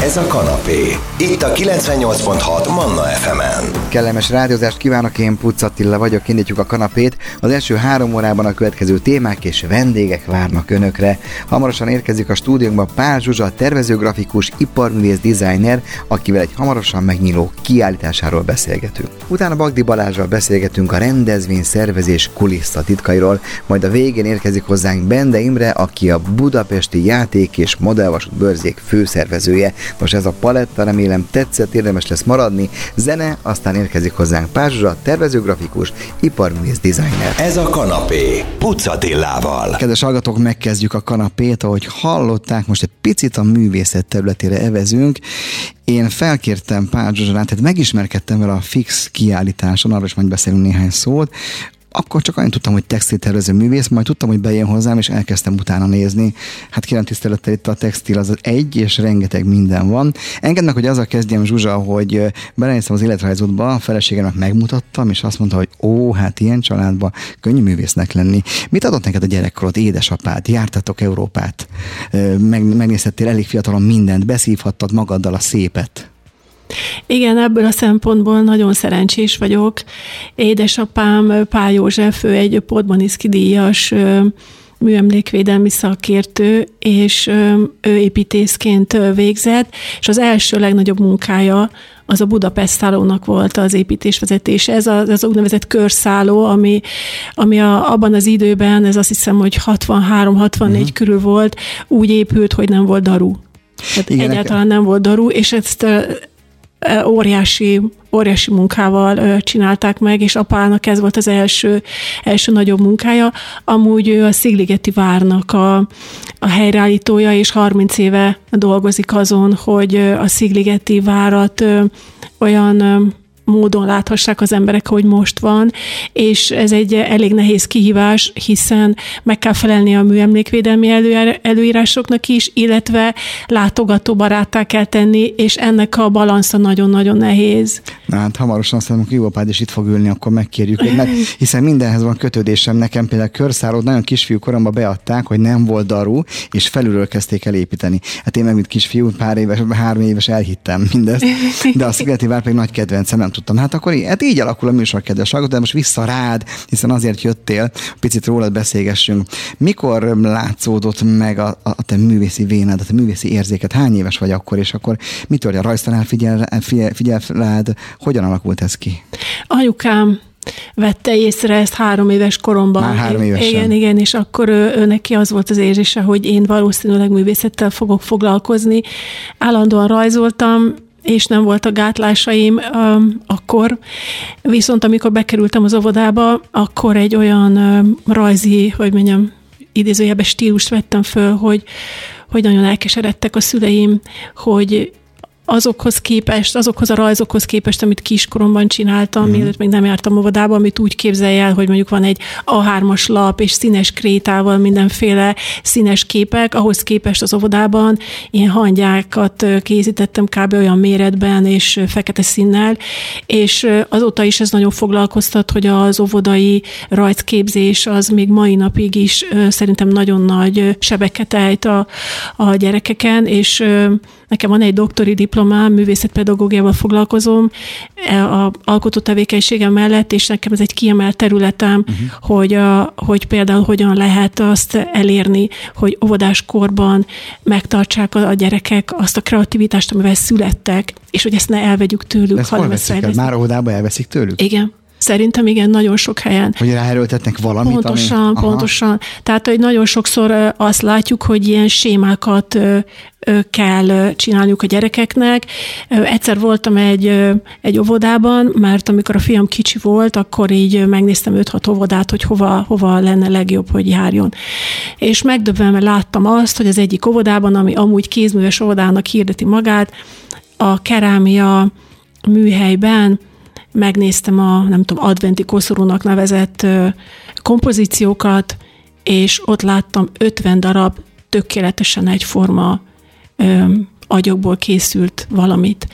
Ez a kanapé. Itt a 98.6 Manna FM-en. Kellemes rádiózást kívánok, én Pucz Attila vagyok, indítjuk a kanapét. Az első 3 órában a következő témák és vendégek várnak önökre. Hamarosan érkezik a stúdiónkba Pál Zsuzsa, tervezőgrafikus, iparművész, designer, akivel egy hamarosan megnyíló kiállításáról beszélgetünk. Utána Bagdi Balázsral beszélgetünk a rendezvény szervezés kulisszatitkairól, majd a végén érkezik hozzánk Bende Imre, aki a Budapesti Játék és Modellvasút Bőrzék főszervezője. Most ez a paletta, remélem tetszett, érdemes lesz maradni. Zene, aztán érkezik hozzánk Pál Zsuzsa, tervezőgrafikus, iparművész, designer. Ez a kanapé Pucz Attilával. Kedves hallgatók, megkezdjük a kanapét, ahogy hallották, most egy picit a művészet területére evezünk. Én felkértem Pál Zsuzsát, tehát megismerkedtem vele a Fix kiállításon, arról is majd beszélünk néhány szót. Akkor csak annyit tudtam, hogy textiltervező művész, majd tudtam, hogy bejön hozzám, és elkezdtem utána nézni. Hát kérem tisztelettel, itt a textil az egy, és rengeteg minden van. Engedd meg, hogy azzal kezdjem, Zsuzsa, hogy belenéztem az életrajzodba, a feleségemnek megmutattam, és azt mondta, hogy hát ilyen családban könnyű művésznek lenni. Mit adott neked a gyerekkorod, édesapád? Jártatok Európát, megnézhettél elég fiatalon mindent, beszívhattad magaddal a szépet. Igen, ebből a szempontból nagyon szerencsés vagyok. Édesapám Pál József, ő egy Podmaniszky díjas műemlékvédelmi szakértő, és ő építészként végzett, és az első legnagyobb munkája az a Budapest szállónak volt az építésvezetése. Ez az úgynevezett körszálló, ami abban az időben, ez azt hiszem, hogy 63-64 körül volt, úgy épült, hogy nem volt daru. Tehát egyáltalán nem volt daru, és ezt óriási munkával csinálták meg, és apának ez volt az első nagyobb munkája. Amúgy ő a Szigligeti várnak a helyreállítója, és 30 éve dolgozik azon, hogy a Szigligeti várat olyan módon láthassák az emberek, hogy most van, és ez egy elég nehéz kihívás, hiszen meg kell felelni a műemlékvédelmi előírásoknak is, illetve látogatóbaráttá kell tenni, és ennek a balansza nagyon-nagyon nehéz. Na hát hamarosan azt mondom, hogy jó apád is itt fog ülni, akkor megkérjük, mert hiszen mindenhez van kötődésem. Nekem például körszállót nagyon kisfiú koromban beadták, hogy nem volt daru, és felülről kezdték el építeni. Hát én meg, mint kisfiú, 3 éves elhittem mindezt, de a Szigleti vár pedig nagy kedvencem, nem tudtam. Hát akkor így alakul a műsor, kedves hallgató, de most vissza rád, hiszen azért jöttél, picit rólad beszélgessünk. Mikor látszódott meg a te művészi vénád, a te művészi érzéket? Hány éves vagy akkor, és akkor mitől a rajztanár figyel rád? Hogyan alakult ez ki? Anyukám vette észre ezt 3 éves koromban. Már 3 évesen. Igen, és akkor ő neki az volt az érzése, hogy én valószínűleg művészettel fogok foglalkozni. Állandóan rajzoltam, és nem voltak gátlásaim akkor. Viszont amikor bekerültem az óvodába, akkor egy olyan rajzi, idézőjelben stílust vettem föl, hogy nagyon elkeseredtek a szüleim, hogy azokhoz a rajzokhoz képest, amit kiskoromban csináltam, mielőtt még nem jártam óvodába, amit úgy képzelj el, hogy mondjuk van egy A3-as lap, és színes krétával mindenféle színes képek, ahhoz képest az óvodában ilyen hangyákat készítettem kb. Olyan méretben, és fekete színnel, és azóta is ez nagyon foglalkoztat, hogy az óvodai rajzképzés az még mai napig is szerintem nagyon nagy sebeket ejt a gyerekeken, és nekem van egy doktori diplomám, művészetpedagógiával foglalkozom a alkotó tevékenységem mellett, és nekem ez egy kiemelt területem, hogy például hogyan lehet azt elérni, hogy óvodáskorban megtartsák a gyerekek azt a kreativitást, amivel születtek, és hogy ezt ne elvegyük tőlük. Ezt hol veszik el? Már óvodába elveszik tőlük? Igen. Szerintem igen, nagyon sok helyen. Hogy ráerőltetnek valamit? Pontosan. Tehát, hogy nagyon sokszor azt látjuk, hogy ilyen sémákat kell csinálniuk a gyerekeknek. Egyszer voltam egy óvodában, mert amikor a fiam kicsi volt, akkor így megnéztem 5-6 óvodát, hogy hova lenne legjobb, hogy járjon. És megdöbbenve láttam azt, hogy az egyik óvodában, ami amúgy kézműves óvodának hirdeti magát, a kerámia műhelyben megnéztem adventi koszorúnak nevezett kompozíciókat, és ott láttam 50 darab tökéletesen egyforma agyagból készült valamit.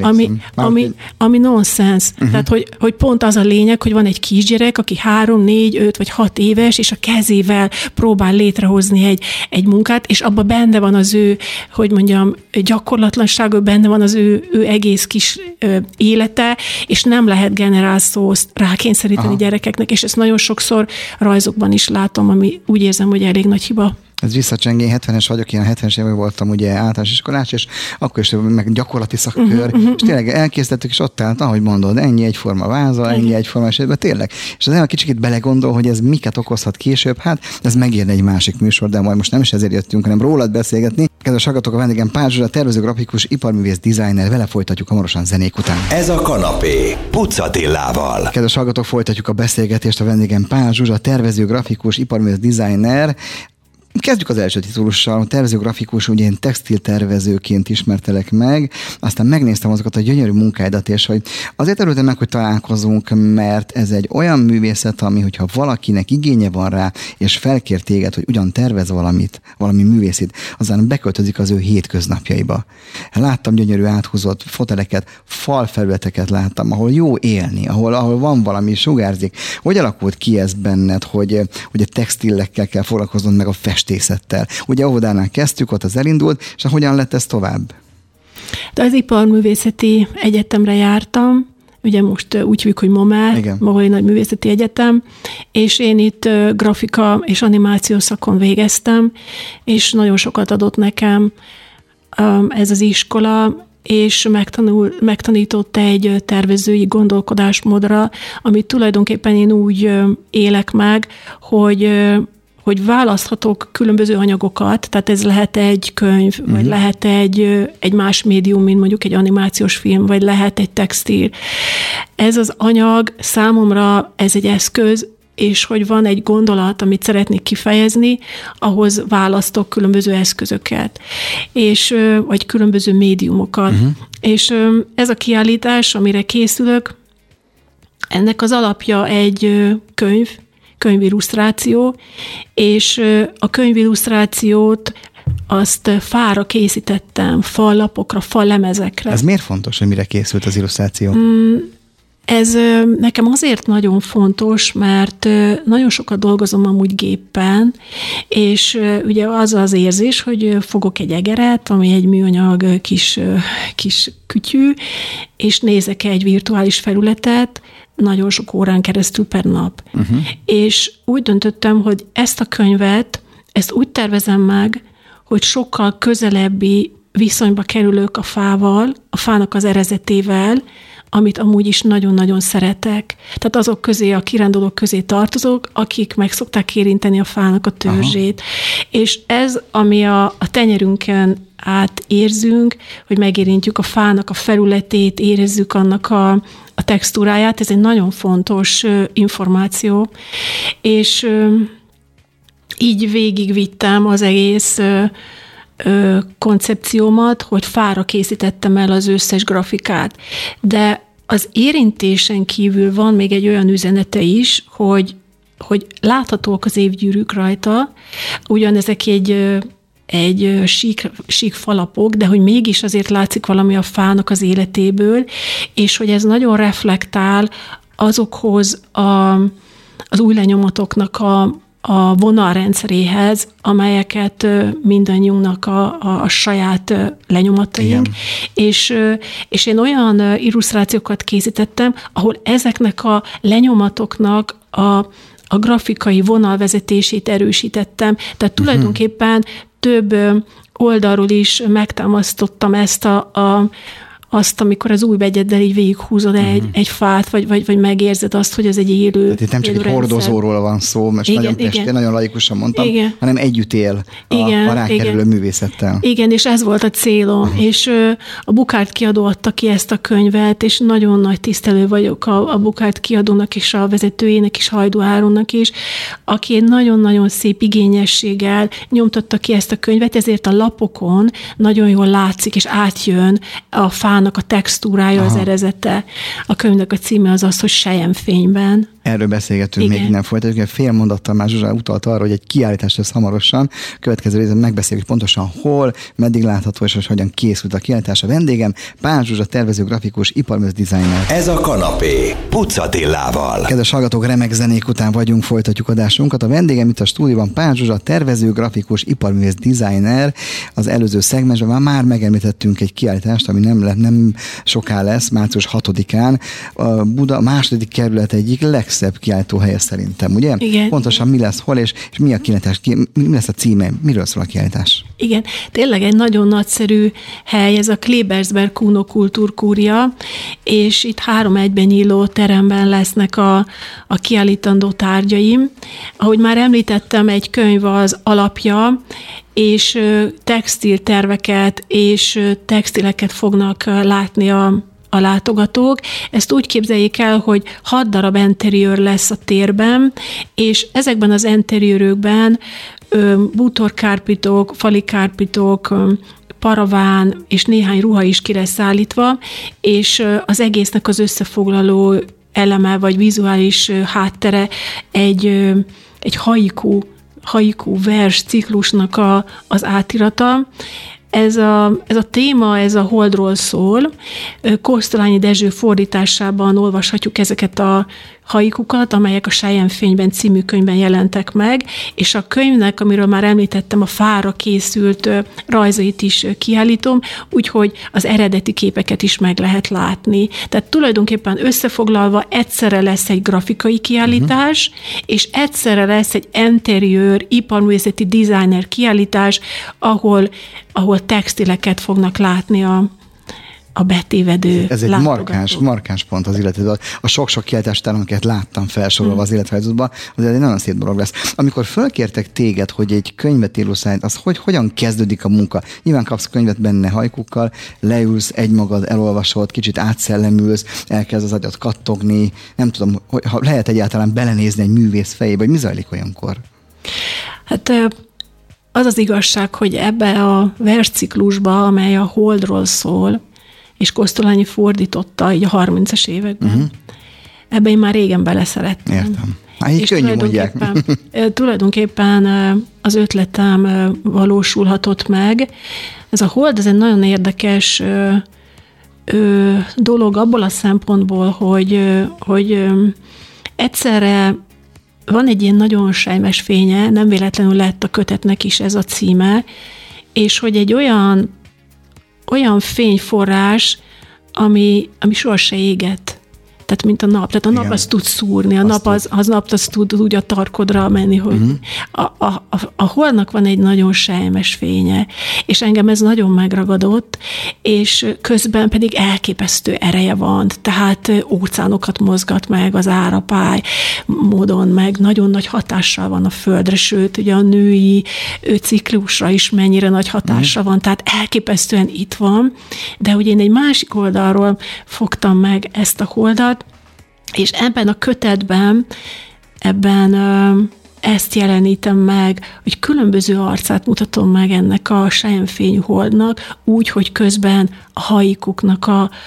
Ami nonsens. Tehát, hogy pont az a lényeg, hogy van egy kisgyerek, aki 3, 4, 5 vagy 6 éves, és a kezével próbál létrehozni egy munkát, és abban benne van az ő, hogy mondjam, gyakorlatlansága, benne van az ő egész kis élete, és nem lehet generálszózt rákényszeríteni gyerekeknek, és ezt nagyon sokszor rajzokban is látom, ami úgy érzem, hogy elég nagy hiba. Ez visszacseng, én 70-es vagyok, ilyen 70-es években voltam ugye általános iskolás, és akkor is meg gyakorlati szakkör, és tényleg elkészítettük, és ott állt, ahogy mondod, ennyi egyforma váza, ennyi egyforma esetben, tényleg. És az ember kicsit belegondol, hogy ez miket okozhat később, hát ez megérne egy másik műsor, de majd most nem is ezért jöttünk, hanem rólad beszélgetni. Kedves hallgatók, a vendégem Pál Zsuzsa, tervező, grafikus, iparművész, designer, vele folytatjuk hamarosan zenék után. Ez a kanapé Pucz Attilával. Kedves hallgatók, folytatjuk a beszélgetést, a vendégem Pál Zsuzsa, tervező, grafikus, iparművész, designer. Kezdjük az első titulussal. A tervező-grafikus, ugye én textiltervezőként ismertelek meg, aztán megnéztem azokat a gyönyörű munkáidat, és hogy azért örültem meg, hogy találkozunk, mert ez egy olyan művészet, ami, hogyha valakinek igénye van rá, és felkér téged, hogy ugyan tervez valamit, valami művészét, aztán beköltözik az ő hétköznapjaiba. Láttam gyönyörű áthúzott foteleket, falfelületeket láttam, ahol jó élni, ahol van valami sugárzik. Hogy alakult ki ez benned, hogy a textilekkel kell foglalkoznod, meg a festészettel? Ugye óvodánál kezdtük, ott az elindult, és hogyan lett ez tovább? De az Iparművészeti Egyetemre jártam, ugye most úgy hívjuk, hogy MOME, Mogolyi Nagy Művészeti Egyetem, és én itt grafika és animáció szakon végeztem, és nagyon sokat adott nekem ez az iskola, és megtanított egy tervezői gondolkodásmódra, amit tulajdonképpen én úgy élek meg, hogy választhatok különböző anyagokat, tehát ez lehet egy könyv, vagy lehet egy más médium, mint mondjuk egy animációs film, vagy lehet egy textil. Ez az anyag számomra, ez egy eszköz, és hogy van egy gondolat, amit szeretnék kifejezni, ahhoz választok különböző eszközöket, és, vagy különböző médiumokat. És ez a kiállítás, amire készülök, ennek az alapja egy könyvillusztráció, és a könyvillusztrációt azt fára készítettem, fallapokra, fallemezekre. Ez miért fontos, hogy mire készült az illusztráció? Ez nekem azért nagyon fontos, mert nagyon sokat dolgozom amúgy gépen, és ugye az az érzés, hogy fogok egy egeret, ami egy műanyag kis kütyű, és nézek egy virtuális felületet, nagyon sok órán keresztül per nap. És úgy döntöttem, hogy ezt a könyvet, ezt úgy tervezem meg, hogy sokkal közelebbi viszonyba kerülök a fával, a fának az erezetével, amit amúgy is nagyon-nagyon szeretek. Tehát azok közé, a kirándulók közé tartozok, akik meg szokták érinteni a fának a törzsét. És ez, ami a tenyerünkön át érzünk, hogy megérintjük a fának a felületét, érezzük annak a textúráját, ez egy nagyon fontos információ. És így végigvittem az egész koncepciómat, hogy fára készítettem el az összes grafikát. De az érintésen kívül van még egy olyan üzenete is, hogy láthatóak az évgyűrűk rajta, ugyan ezek egy sík falapok, de hogy mégis azért látszik valami a fának az életéből, és hogy ez nagyon reflektál azokhoz az új lenyomatoknak a vonalrendszeréhez, amelyeket mindannyiunknak a saját lenyomataink. És én olyan illusztrációkat készítettem, ahol ezeknek a lenyomatoknak a grafikai vonalvezetését erősítettem. Tehát tulajdonképpen több oldalról is megtámasztottam azt, amikor az új begyeddel így végighúzod egy fát, vagy megérzed azt, hogy ez egy élő. Tehát itt nem csak egy hordozóról van szó, most nagyon laikusan mondtam, hanem együtt él a rákerülő művészettel. Igen, és ez volt a célom. És a Bukárt kiadó adta ki ezt a könyvet, és nagyon nagy tisztelő vagyok a Bukárt kiadónak és a vezetőjének is, Hajdú Áronnak is, aki egy nagyon-nagyon szép igényességgel nyomtatta ki ezt a könyvet, ezért a lapokon nagyon jól látszik, és átjön a fának a textúrája, az erezete. A könyvnek a címe az, hogy Selyemfényben. Erről beszélgetünk, igen. még nem folytatjuk. Fél mondattal már Zsuzsa utalt arra, hogy egy kiállítás lesz hamarosan. Következő részben megbeszéljük pontosan hol, meddig látható, és hogyan készült a kiállítás. A vendégem Pál Zsuzsa, tervező, grafikus, iparművész, designer. Ez a kanapé Puc Attilával. Kedves hallgatók, remek zenék után vagyunk, folytatjuk adásunkat. A vendégem itt a stúdióban Pál Zsuzsa, tervező, grafikus, iparművész, designer. Az előző szegmensben már megemlítettünk egy kiállítást, ami nem soká lesz, március 6-án. A Buda második kerület egyik legszebb kiállítóhelye szerintem, ugye? Igen. Pontosan mi lesz, hol és mi a kiállítás, mi lesz a címe, miről szól a kiállítás? Igen, tényleg egy nagyon nagyszerű hely, ez a Klebersberg Kuno Kultúrkúria, és itt 3 egyben nyíló teremben lesznek a kiállítandó tárgyaim. Ahogy már említettem, egy könyv az alapja, és textilterveket és textileket fognak látni a látogatók. Ezt úgy képzeljék el, hogy 6 darab interiőr lesz a térben, és ezekben az interiőrökben bútorkárpitok, falikárpitok, paraván és néhány ruha is ki lesz szállítva, és az egésznek az összefoglaló eleme vagy vizuális háttere egy haiku vers ciklusnak az átirata. Ez a téma, ez a Holdról szól. Kosztolányi Dezső fordításában olvashatjuk ezeket a haikukat, amelyek a Selyemfényben című könyvben jelentek meg, és a könyvnek, amiről már említettem, a fára készült rajzait is kiállítom, úgyhogy az eredeti képeket is meg lehet látni. Tehát tulajdonképpen összefoglalva egyszerre lesz egy grafikai kiállítás, és egyszerre lesz egy interiőr, iparművészeti designer kiállítás, ahol textileket fognak látni a betévedő Ez egy markáns pont az illetve. A sok-sok kiállítást, amiket láttam felsorolva az életrajzodban, az egy nagyon szép dolog lesz. Amikor fölkértek téged, hogy egy könyvet író szerint, az hogyan kezdődik a munka? Nyilván kapsz könyvet benne hajkukkal, leülsz, egymagad elolvasod, kicsit átszellemülsz, elkezd az agyat kattogni, nem tudom, ha lehet egyáltalán belenézni egy művész fejébe, hogy mi zajlik olyankor? Hát az az igazság, hogy ebbe a versciklusba, amely a Holdról szól, és Kosztolányi fordította így a 30-as években. Ebbe én már régen beleszerettem. Értem. Így könnyű mondják. Tulajdonképpen az ötletem valósulhatott meg. Ez a Hold, ez egy nagyon érdekes dolog abból a szempontból, hogy egyszerre van egy ilyen nagyon selymes fénye, nem véletlenül lett a kötetnek is ez a címe, és hogy egy olyan fényforrás, ami soha se éget. Tehát, mint a nap. Tehát a nap azt tud szúrni, a nap az tud úgy a tarkodra menni, hogy a Holdnak van egy nagyon selymes fénye, és engem ez nagyon megragadott, és közben pedig elképesztő ereje van, tehát óceánokat mozgat meg az árapály módon, meg nagyon nagy hatással van a Földre, sőt, ugye a női ciklusra is mennyire nagy hatással van, tehát elképesztően itt van, de hogy én egy másik oldalról fogtam meg ezt a Holdat, és ebben a kötetben, ezt jelenítem meg, hogy különböző arcát mutatom meg ennek a selyemfényű Holdnak, úgy, hogy közben a haikuknak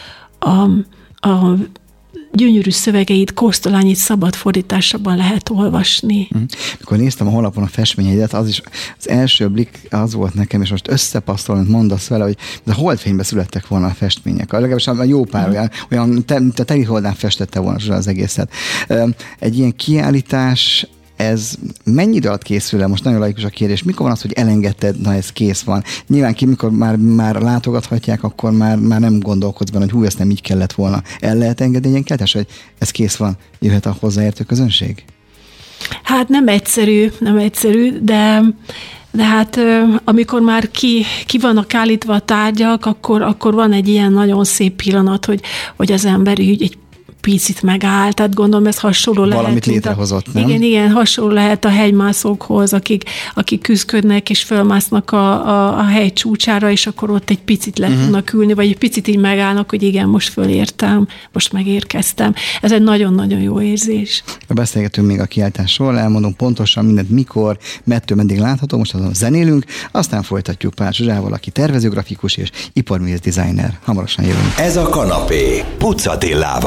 a gyönyörű szövegeit, Kosztolányi szabad fordításában lehet olvasni. Mikor néztem a honlapon a festményeidet, az is az első blik az volt nekem, és most összepasszolom, hogy mondasz vele, hogy a holdfénybe születtek volna a festmények. Legalábbis a jó pár olyan a teli holdán festette volna az egészet. Egy ilyen kiállítás, ez mennyi idő alatt készül el? Most nagyon laikus a kérdés. Mikor van az, hogy elengedted, na ez kész van? Nyilván mikor már látogathatják, akkor már nem gondolkodsz benne, hogy ezt nem így kellett volna. El lehet engedni ilyen kiállítás, hogy ez kész van, jöhet a hozzáértő közönség? Hát nem egyszerű, de hát amikor már ki vannak állítva a tárgyak, akkor van egy ilyen nagyon szép pillanat, hogy az ember így egy picit megáll, tehát gondolom ez hasonló lehet. Valamit létrehozott, nem? Igen, hasonló lehet a hegymászókhoz, akik küzdködnek és fölmásznak a hegy csúcsára, és akkor ott egy picit le tudnak ülni, vagy egy picit így megállnak, hogy igen, most fölértem, most megérkeztem. Ez egy nagyon-nagyon jó érzés. Beszélgetünk még a kiállításról, elmondom pontosan mindent, mikor, mettől meddig látható, most azon zenélünk, aztán folytatjuk Pál Zsuzsával, aki tervezőgrafikus és iparművész designer. Hamarosan jövünk. Ez a kanapé Puc Attilával.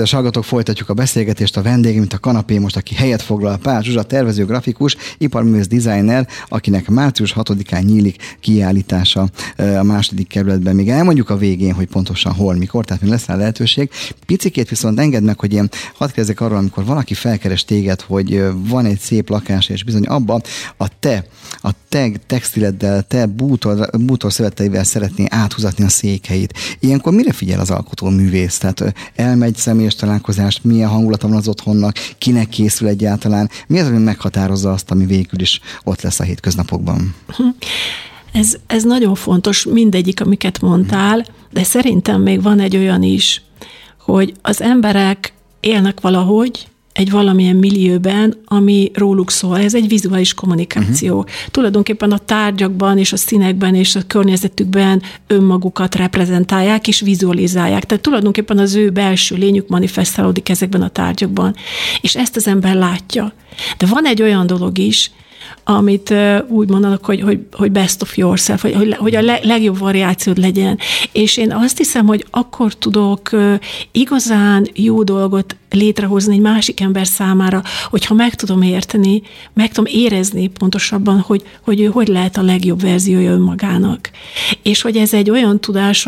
Kedves hallgatók, folytatjuk a beszélgetést. A vendégem, mint a kanapé most, aki helyet foglal, Pál Zsuzsa, tervező, grafikus, iparművész, designer, akinek március 6-án nyílik kiállítása a második kerületben. Még elmondjuk a végén, hogy pontosan hol, mikor, tehát még lesz rá lehetőség. Picikét viszont engedd meg, hogy én hadd kérdezzek arról, amikor valaki felkeres téged, hogy van egy szép lakás, és bizony abban a te textileddel, te bútor szöveteivel szeretné áthúzatni a székeit. Ilyenkor mire figyel az alkotó művész? Tehát elmegy személyes találkozást, milyen hangulata van az otthonnak, kinek készül egyáltalán, mi az, ami meghatározza azt, ami végül is ott lesz a hétköznapokban? Ez nagyon fontos, mindegyik, amiket mondtál, de szerintem még van egy olyan is, hogy az emberek élnek valahogy, egy valamilyen millióben, ami róluk szól. Ez egy vizuális kommunikáció. Tulajdonképpen a tárgyakban és a színekben és a környezetükben önmagukat reprezentálják és vizualizálják. Tehát tulajdonképpen az ő belső lényük manifestálódik ezekben a tárgyakban. És ezt az ember látja. De van egy olyan dolog is, amit úgy mondanak, hogy best of yourself, hogy a legjobb variációd legyen. És én azt hiszem, hogy akkor tudok igazán jó dolgot létrehozni egy másik ember számára, hogyha meg tudom érteni, meg tudom érezni pontosabban, hogy ő hogy lehet a legjobb verziója önmagának. És hogy ez egy olyan tudás,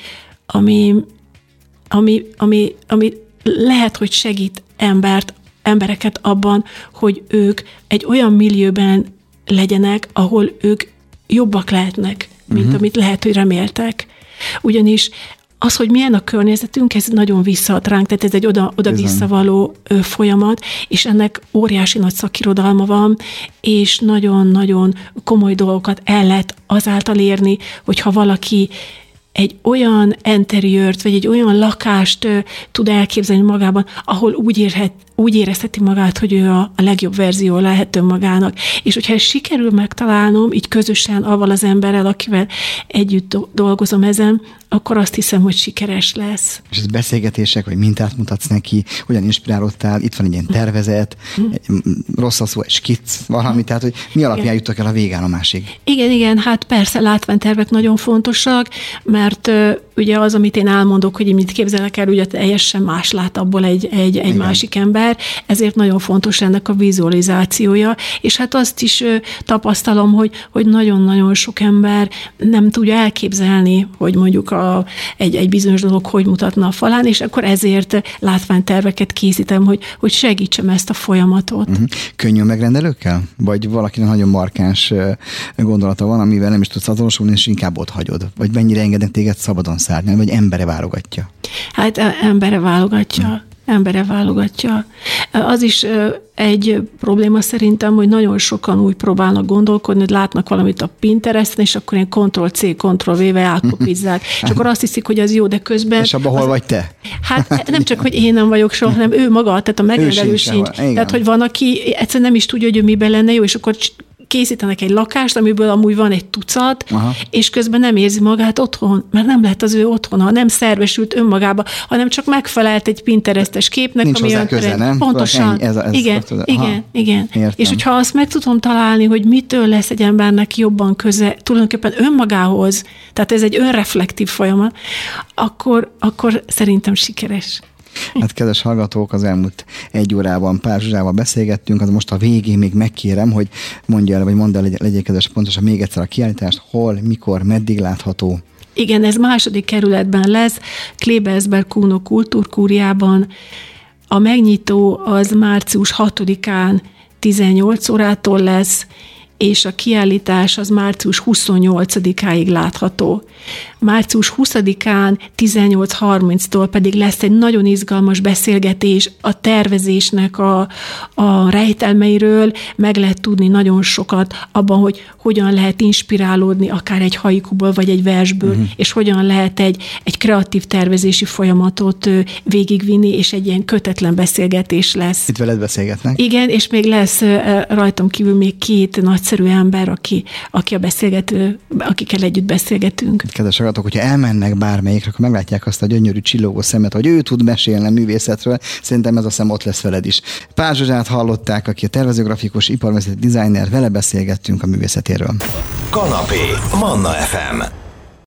ami lehet, hogy segít embereket abban, hogy ők egy olyan millióben legyenek, ahol ők jobbak lehetnek, mint amit lehet, hogy reméltek. Ugyanis az, hogy milyen a környezetünk, ez nagyon visszaad ránk, tehát ez egy oda-vissza való folyamat, és ennek óriási nagy szakirodalma van, és nagyon-nagyon komoly dolgokat el lehet azáltal érni, hogyha valaki egy olyan interiört, vagy egy olyan lakást tud elképzelni magában, ahol úgy érezheti magát, hogy ő a legjobb verzió lehet önmagának. És hogyha ezt sikerül megtalálnom, így közösen avval az emberrel, akivel együtt dolgozom ezen, akkor azt hiszem, hogy sikeres lesz. És ez beszélgetések, vagy mintát mutatsz neki, hogyan inspirálódtál, itt van egy ilyen tervezet, rossz szó, egy skicc, valami, tehát hogy mi alapján jutottak el a végállomásig? Igen, hát persze látványtervek nagyon fontosak, mert ugye az, amit én elmondok, hogy mit képzelek el, ugye teljesen más lát abból egy másik ember, ezért nagyon fontos ennek a vizualizációja, és hát azt is tapasztalom, hogy nagyon-nagyon sok ember nem tudja elképzelni, hogy mondjuk egy bizonyos dolog hogy mutatna a falán, és akkor ezért látványterveket készítem, hogy segítsem ezt a folyamatot. Könnyű megrendelőkkel? Vagy valakinek nagyon markáns gondolata van, amivel nem is tudsz azonosulni, és inkább ott hagyod? Vagy mennyire engednek téged szabadon szárnyalni, vagy embere válogatja? Hát embere válogatja. Az is egy probléma szerintem, hogy nagyon sokan úgy próbálnak gondolkodni, hogy látnak valamit a Pinteresten, és akkor ilyen Ctrl-C, Ctrl-V-vel átkopizzák. És akkor azt hiszik, hogy az jó, de közben... És abban hol vagy te? Hát nem csak, hogy én nem vagyok soha, hanem ő maga, tehát a megrendelő sincs. Tehát, hogy van, aki egyszerűen nem is tudja, hogy ő miben lenne jó, és akkor készítenek egy lakást, amiből amúgy van egy tucat, és közben nem érzi magát otthon, mert nem lett az ő otthona, nem szervesült önmagába, hanem csak megfelelt egy Pinterestes képnek, nincs hozzá köze, nem? Pontosan. Igen. És hogyha azt meg tudom találni, hogy mitől lesz egy embernek jobban köze tulajdonképpen önmagához, tehát ez egy önreflektív folyamat, akkor szerintem sikeres. Hát kedves hallgatók, az elmúlt 1 órában Pál Zsuzsával beszélgettünk, az most a végén még megkérem, hogy mondd el, legyél kedves pontosan még egyszer a kiállítást, hol, mikor, meddig látható. Igen, ez második kerületben lesz, Klebersberg Kuno kultúrkúriában. A megnyitó az március 6-án 18 órától lesz, és a kiállítás az március 28-áig látható. Március 20-án 18:30-tól pedig lesz egy nagyon izgalmas beszélgetés a tervezésnek a rejtelmeiről, meg lehet tudni nagyon sokat abban, hogy hogyan lehet inspirálódni akár egy haikuból vagy egy versből, és hogyan lehet egy kreatív tervezési folyamatot végigvinni, és egy ilyen kötetlen beszélgetés lesz. Itt veled beszélgetnek? Igen, és még lesz rajtam kívül még 2 nagyszerű ember, akikkel együtt beszélgetünk. Kedves hallgatók, hogyha elmennek bármelyikre, akkor meglátják azt a gyönyörű csillogó szemet, hogy ő tud mesélni a művészetről. Szerintem ez a szem ott lesz veled is. Pál Zsuzsát hallották, aki a tervezőgrafikus, iparművészeti designer, vele beszélgettünk a művészetéről. Kanapé, Manna FM.